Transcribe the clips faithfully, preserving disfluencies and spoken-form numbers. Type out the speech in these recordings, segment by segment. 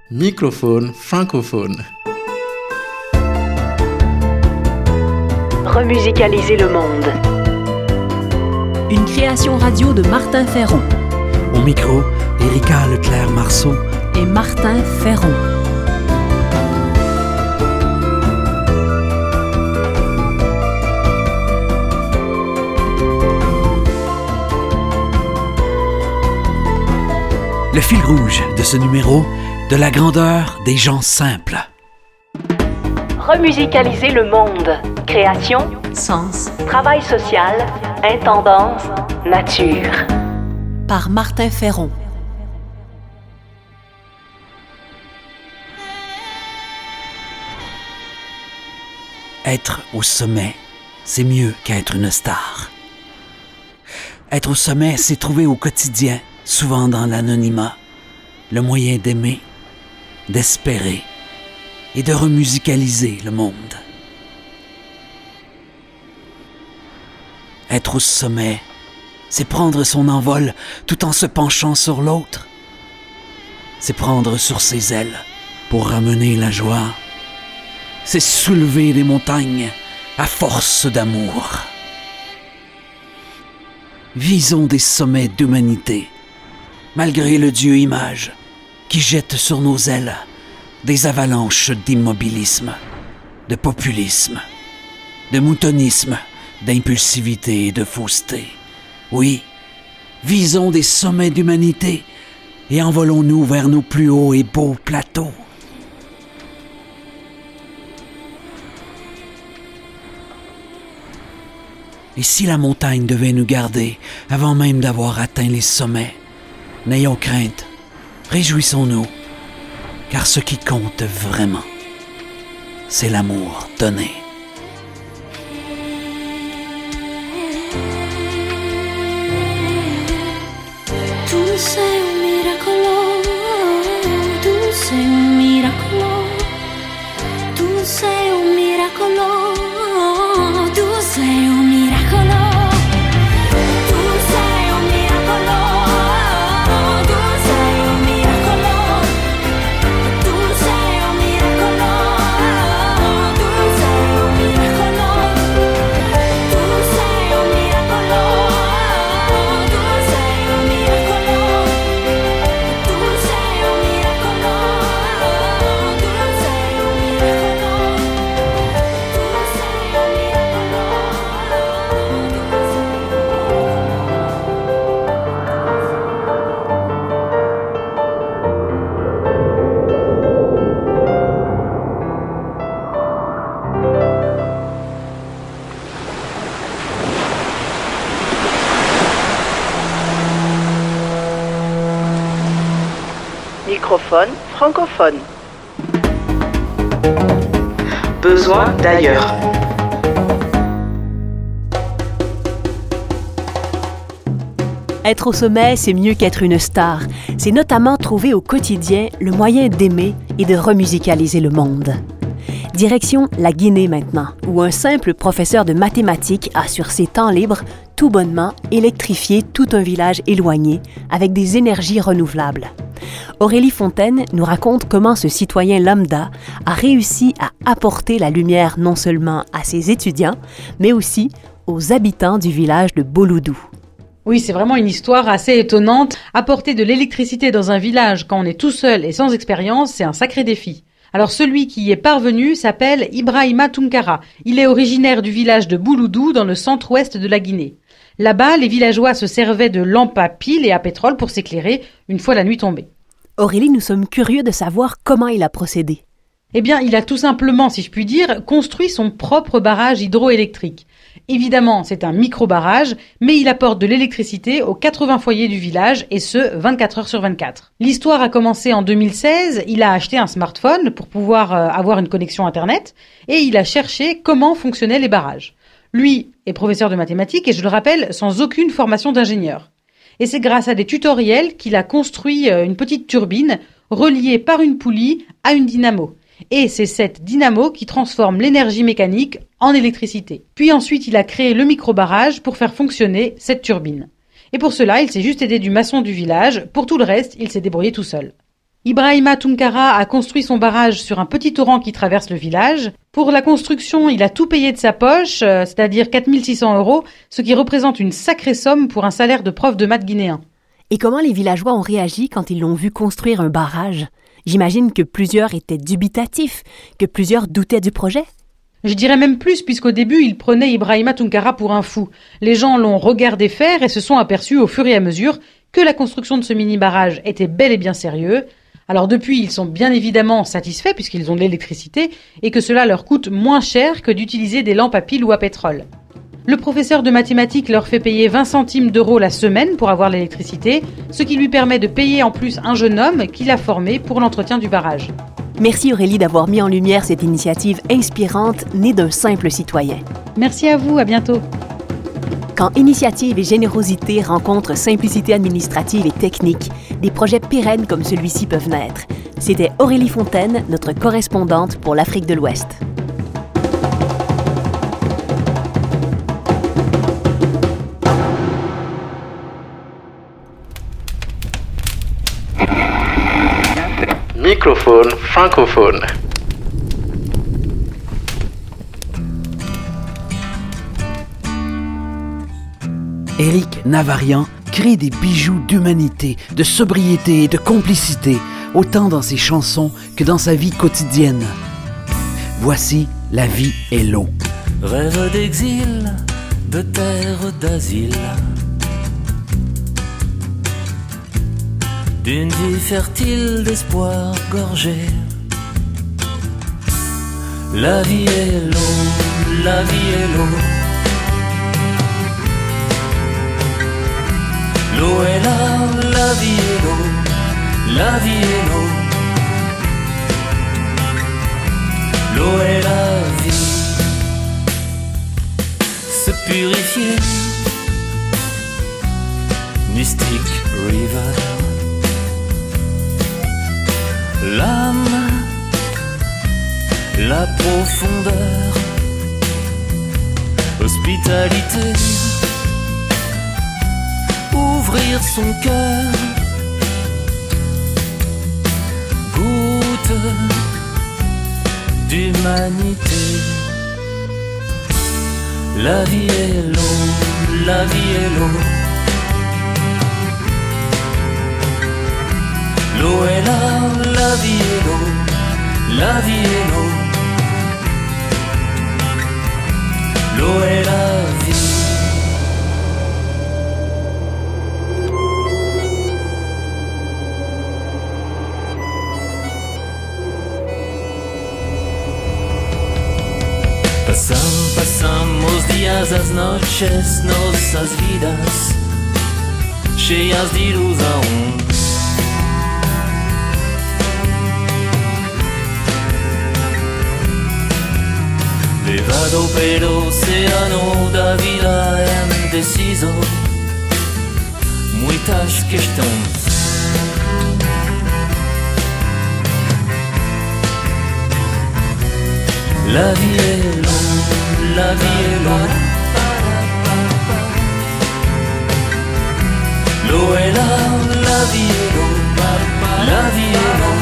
Microphone francophone. Remusicaliser le monde. Une création radio de Martin Ferron. Au micro, Erika Leclerc-Marceau et Martin Ferron. Le fil rouge de ce numéro, de la grandeur des gens simples. Remusicaliser le monde. Création, Sens, travail social, intendance, nature. Par Martin Ferron. Être au sommet, c'est mieux qu'être une star. Être au sommet, c'est trouver au quotidien, souvent dans l'anonymat, le moyen d'aimer, d'espérer et de remusicaliser le monde. Être au sommet, c'est prendre son envol tout en se penchant sur l'autre. C'est prendre sur ses ailes pour ramener la joie. C'est soulever des montagnes à force d'amour. Visons des sommets d'humanité, malgré le Dieu image qui jette sur nos ailes des avalanches d'immobilisme, de populisme, de moutonnisme, d'impulsivité et de fausseté. Oui, visons des sommets d'humanité et envolons-nous vers nos plus hauts et beaux plateaux. Et si la montagne devait nous garder avant même d'avoir atteint les sommets, n'ayons crainte, réjouissons-nous, car ce qui compte vraiment, c'est l'amour donné. Tu sei un miracolo, tu sei un miracolo, tu sei un miracolo, tu sei un miracolo, tu sei un miracolo, tu sei un miracolo, tu sei un miracolo, tu sei un miracolo, tu sei un miracolo, tu sei un miracolo, tu sei un miracolo, tu sei un miracolo. Microphone francophone. Besoin d'ailleurs. Être au sommet, c'est mieux qu'être une star. C'est notamment trouver au quotidien le moyen d'aimer et de remusicaliser le monde. Direction la Guinée maintenant, où un simple professeur de mathématiques a sur ses temps libres tout bonnement électrifié tout un village éloigné avec des énergies renouvelables. Aurélie Fontaine nous raconte comment ce citoyen lambda a réussi à apporter la lumière non seulement à ses étudiants, mais aussi aux habitants du village de Boloudou. Oui, c'est vraiment une histoire assez étonnante. Apporter de l'électricité dans un village quand on est tout seul et sans expérience, c'est un sacré défi. Alors celui qui y est parvenu s'appelle Ibrahima Tunkara. Il est originaire du village de Bouloudou dans le centre-ouest de la Guinée. Là-bas, les villageois se servaient de lampes à piles et à pétrole pour s'éclairer une fois la nuit tombée. Aurélie, nous sommes curieux de savoir comment il a procédé. Eh bien, il a tout simplement, si je puis dire, construit son propre barrage hydroélectrique. Évidemment, c'est un micro-barrage, mais il apporte de l'électricité aux quatre-vingts foyers du village, et ce, vingt-quatre heures sur vingt-quatre. L'histoire a commencé en deux mille seize, il a acheté un smartphone pour pouvoir euh, avoir une connexion Internet, et il a cherché comment fonctionnaient les barrages. Lui est professeur de mathématiques, et je le rappelle, sans aucune formation d'ingénieur. Et c'est grâce à des tutoriels qu'il a construit euh, une petite turbine reliée par une poulie à une dynamo. Et c'est cette dynamo qui transforme l'énergie mécanique en électricité. Puis ensuite, il a créé le micro-barrage pour faire fonctionner cette turbine. Et pour cela, il s'est juste aidé du maçon du village. Pour tout le reste, il s'est débrouillé tout seul. Ibrahima Tunkara a construit son barrage sur un petit torrent qui traverse le village. Pour la construction, il a tout payé de sa poche, euh, c'est-à-dire quatre mille six cents euros, ce qui représente une sacrée somme pour un salaire de prof de maths guinéen. Et comment les villageois ont réagi quand ils l'ont vu construire un barrage? J'imagine que plusieurs étaient dubitatifs, que plusieurs doutaient du projet. Je dirais même plus, puisqu'au début, ils prenaient Ibrahima Tunkara pour un fou. Les gens l'ont regardé faire et se sont aperçus au fur et à mesure que la construction de ce mini-barrage était bel et bien sérieux. Alors depuis, ils sont bien évidemment satisfaits puisqu'ils ont de l'électricité et que cela leur coûte moins cher que d'utiliser des lampes à pile ou à pétrole. Le professeur de mathématiques leur fait payer vingt centimes d'euros la semaine pour avoir l'électricité, ce qui lui permet de payer en plus un jeune homme qu'il a formé pour l'entretien du barrage. Merci Aurélie d'avoir mis en lumière cette initiative inspirante née d'un simple citoyen. Merci à vous, à bientôt. Quand initiative et générosité rencontrent simplicité administrative et technique, des projets pérennes comme celui-ci peuvent naître. C'était Aurélie Fontaine, notre correspondante pour l'Afrique de l'Ouest. Microphone francophone. Éric Navarian crée des bijoux d'humanité, de sobriété et de complicité, autant dans ses chansons que dans sa vie quotidienne. Voici La vie est l'eau. Rêve d'exil, de terre d'asile, d'une vie fertile d'espoir gorgé. La vie est l'eau, la vie est l'eau. L'eau est là, la vie est l'eau, la vie est l'eau. L'eau est la vie. Se purifier, Mystic River. L'âme, la profondeur, hospitalité, ouvrir son cœur, goutte d'humanité. La vie est l'eau, la vie est l'eau. L'eau est là, la vie est l'eau, la vie est l'eau. L'eau est la vie. Pasam, pasamos días, as noches, nossas vidas, cheias de ilusão. Levado pelo oceano da vida indeciso, muitas questões. La vie est l'eau, la vie est l'eau. L'eau est là, la vie est l'eau, la vie est l'eau.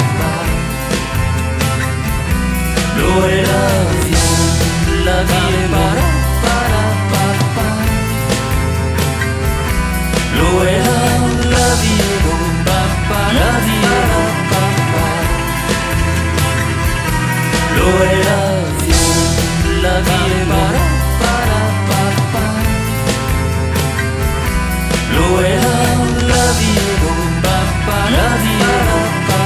L'eau est la vie, la vie est l'eau. L'eau est là, la vie est l'eau, la vie est l'eau. L'eau est la vie, la vie est l'eau. L'eau est là, la vie est l'eau, la vie est l'eau.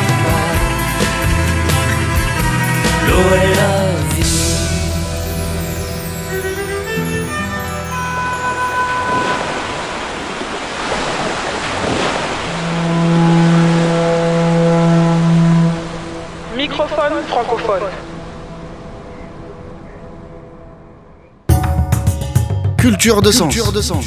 L'eau est la vie. Microphone francophone. Culture de sens. Culture de sens.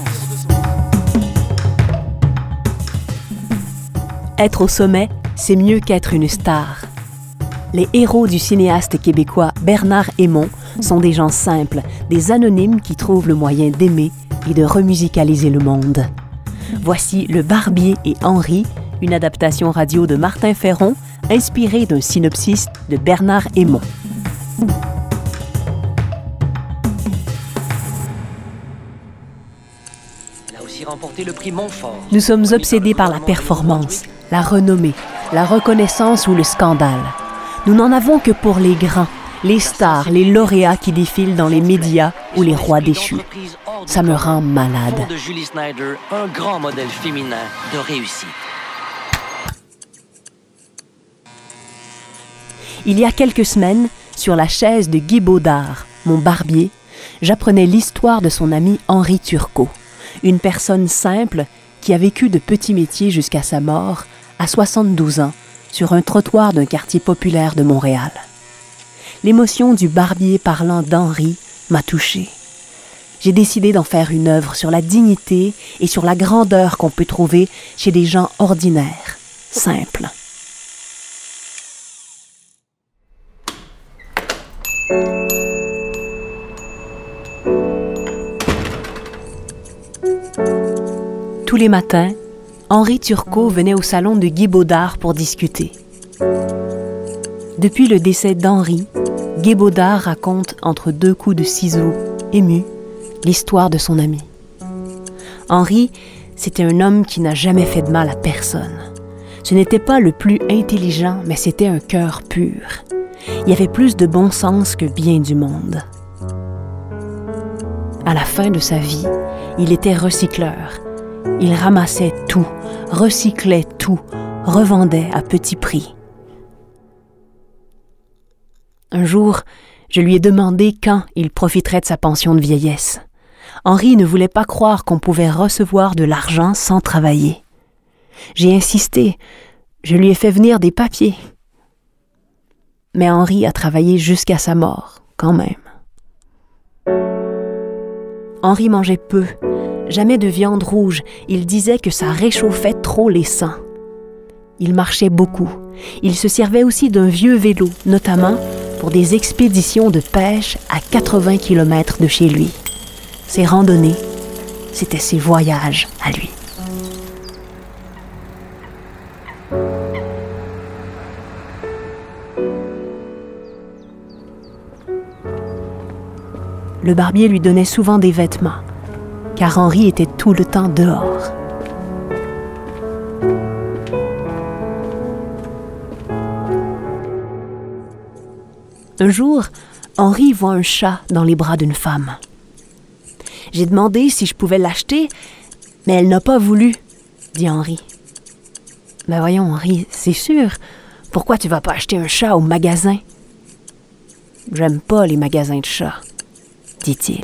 Être au sommet, c'est mieux qu'être une star. Les héros du cinéaste québécois Bernard Hémon sont des gens simples, des anonymes qui trouvent le moyen d'aimer et de remusicaliser le monde. Voici Le Barbier et Henri, une adaptation radio de Martin Ferron, inspirée d'un synopsis de Bernard Hémon. Elle a aussi remporté le prix Montfort. Nous sommes obsédés par la performance, la renommée, la reconnaissance ou le scandale. Nous n'en avons que pour les grands, les stars, les lauréats qui défilent dans les médias ou les rois déchus. Ça me rend malade. De Julie Snyder, un grand modèle féminin de réussite. Il y a quelques semaines, sur la chaise de Guy Baudard, mon barbier, j'apprenais l'histoire de son ami Henri Turcot, une personne simple qui a vécu de petits métiers jusqu'à sa mort, à soixante-douze ans, sur un trottoir d'un quartier populaire de Montréal. L'émotion du barbier parlant d'Henri m'a touchée. J'ai décidé d'en faire une œuvre sur la dignité et sur la grandeur qu'on peut trouver chez des gens ordinaires, simples. Tous les matins, Henri Turcot venait au salon de Guy Baudard pour discuter. Depuis le décès d'Henri, Guy Baudard raconte entre deux coups de ciseaux, ému, l'histoire de son ami. Henri, c'était un homme qui n'a jamais fait de mal à personne. Ce n'était pas le plus intelligent, mais c'était un cœur pur. Il y avait plus de bon sens que bien du monde. À la fin de sa vie, il était recycleur. Il ramassait tout, recyclait tout, revendait à petit prix. Un jour, je lui ai demandé quand il profiterait de sa pension de vieillesse. Henri ne voulait pas croire qu'on pouvait recevoir de l'argent sans travailler. J'ai insisté, je lui ai fait venir des papiers. Mais Henri a travaillé jusqu'à sa mort, quand même. Henri mangeait peu, jamais de viande rouge. Il disait que ça réchauffait trop les sangs. Il marchait beaucoup. Il se servait aussi d'un vieux vélo, notamment pour des expéditions de pêche à quatre-vingts kilomètres de chez lui. Ses randonnées, c'était ses voyages à lui. Le barbier lui donnait souvent des vêtements, car Henri était tout le temps dehors. Un jour, Henri voit un chat dans les bras d'une femme. J'ai demandé si je pouvais l'acheter, mais elle n'a pas voulu, dit Henri. « Ben voyons, Henri, c'est sûr. Pourquoi tu vas pas acheter un chat au magasin? »« J'aime pas les magasins de chats, » dit-il.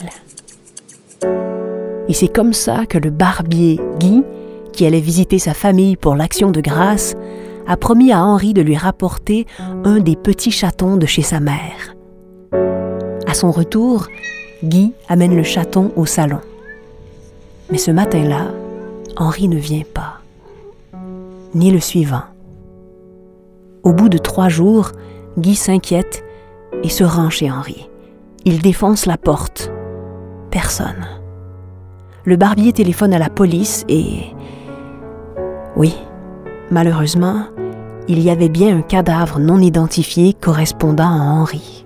Et c'est comme ça que le barbier Guy, qui allait visiter sa famille pour l'Action de grâce, a promis à Henri de lui rapporter un des petits chatons de chez sa mère. À son retour, Guy amène le chaton au salon. Mais ce matin-là, Henri ne vient pas, ni le suivant. Au bout de trois jours, Guy s'inquiète et se rend chez Henri. Il défonce la porte. Personne. Le barbier téléphone à la police et... Oui, malheureusement, il y avait bien un cadavre non identifié correspondant à Henri.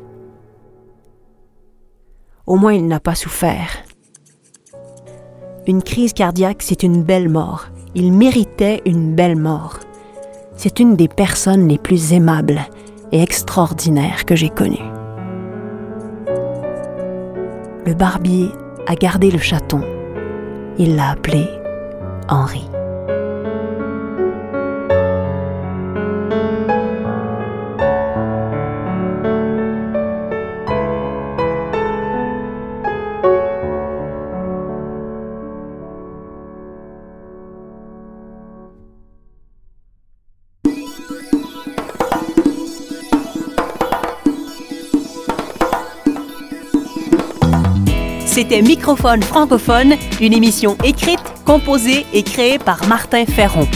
Au moins, il n'a pas souffert. Une crise cardiaque, c'est une belle mort. Il méritait une belle mort. C'est une des personnes les plus aimables et extraordinaires que j'ai connues. Le barbier a gardé le chaton. Il l'a appelé Henri. C'était Microphone francophone, une émission écrite, composée et créée par Martin Ferron.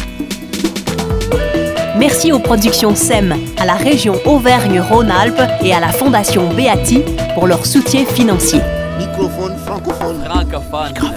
Merci aux productions S E M, à la région Auvergne-Rhône-Alpes et à la Fondation Beati pour leur soutien financier. Microphone francophone. Francophone.